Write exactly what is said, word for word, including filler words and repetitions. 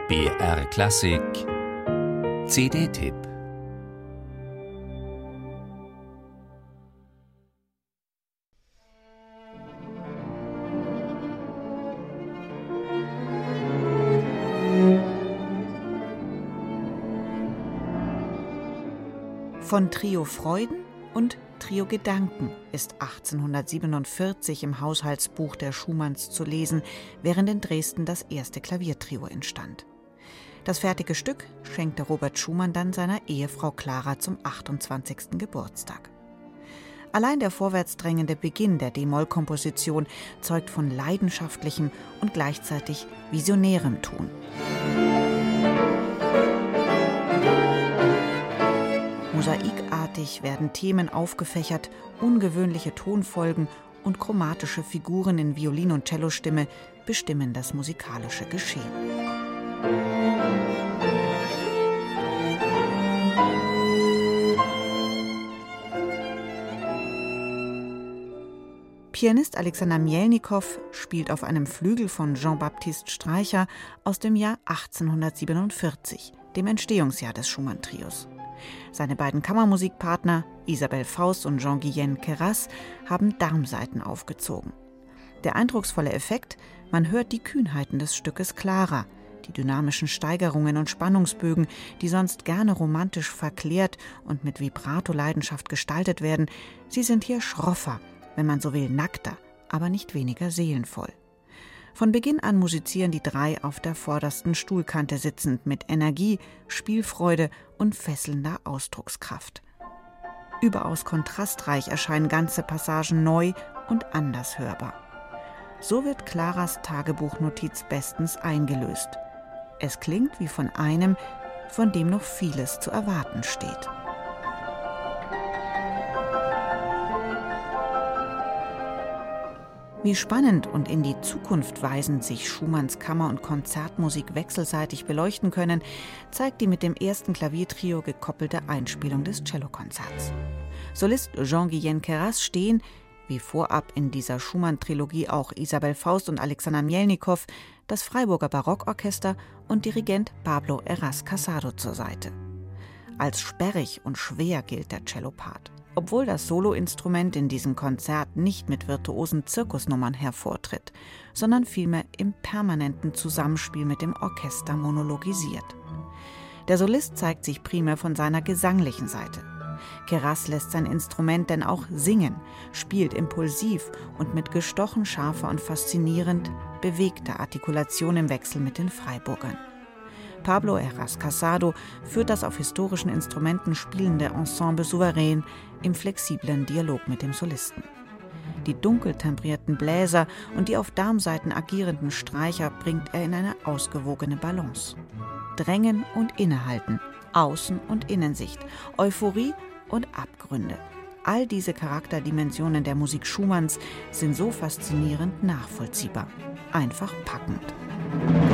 B R Klassik C D-Tipp. Von Trio Freuden und Trio Gedanken ist achtzehnhundertsiebenundvierzig im Haushaltsbuch der Schumanns zu lesen, während in Dresden das erste Klaviertrio entstand. Das fertige Stück schenkte Robert Schumann dann seiner Ehefrau Clara zum achtundzwanzigsten Geburtstag. Allein der vorwärtsdrängende Beginn der D-Moll-Komposition zeugt von leidenschaftlichem und gleichzeitig visionärem Ton. Mosaikartig werden Themen aufgefächert, ungewöhnliche Tonfolgen und chromatische Figuren in Violin- und Cellostimme bestimmen das musikalische Geschehen. Pianist Alexander Mjelnikow spielt auf einem Flügel von Jean-Baptiste Streicher aus dem Jahr achtzehnhundertsiebenundvierzig, dem Entstehungsjahr des Schumann-Trios. Seine beiden Kammermusikpartner Isabelle Faust und Jean-Guillain Queyras haben Darmsaiten aufgezogen. Der eindrucksvolle Effekt: man hört die Kühnheiten des Stückes klarer, die dynamischen Steigerungen und Spannungsbögen, die sonst gerne romantisch verklärt und mit Vibrato-Leidenschaft gestaltet werden, sie sind hier schroffer, wenn man so will nackter, aber nicht weniger seelenvoll. Von Beginn an musizieren die drei auf der vordersten Stuhlkante sitzend mit Energie, Spielfreude und fesselnder Ausdruckskraft. Überaus kontrastreich erscheinen ganze Passagen neu und anders hörbar. So wird Claras Tagebuchnotiz bestens eingelöst. Es klingt wie von einem, von dem noch vieles zu erwarten steht. Wie spannend und in die Zukunft weisend sich Schumanns Kammer- und Konzertmusik wechselseitig beleuchten können, zeigt die mit dem ersten Klaviertrio gekoppelte Einspielung des Cellokonzerts. Solist Jean-Guillain Queyras stehen, wie vorab in dieser Schumann-Trilogie auch Isabelle Faust und Alexander Mjelnikow, das Freiburger Barockorchester und Dirigent Pablo Heras Casado zur Seite. Als sperrig und schwer gilt der Cellopart, obwohl das Soloinstrument in diesem Konzert nicht mit virtuosen Zirkusnummern hervortritt, sondern vielmehr im permanenten Zusammenspiel mit dem Orchester monologisiert. Der Solist zeigt sich primär von seiner gesanglichen Seite. Queyras lässt sein Instrument denn auch singen, spielt impulsiv und mit gestochen scharfer und faszinierend bewegter Artikulation im Wechsel mit den Freiburgern. Pablo Heras Casado führt das auf historischen Instrumenten spielende Ensemble souverän im flexiblen Dialog mit dem Solisten. Die dunkel temperierten Bläser und die auf Darmsaiten agierenden Streicher bringt er in eine ausgewogene Balance. Drängen und Innehalten, Außen- und Innensicht, Euphorie und Abgründe. All diese Charakterdimensionen der Musik Schumanns sind so faszinierend nachvollziehbar. Einfach packend.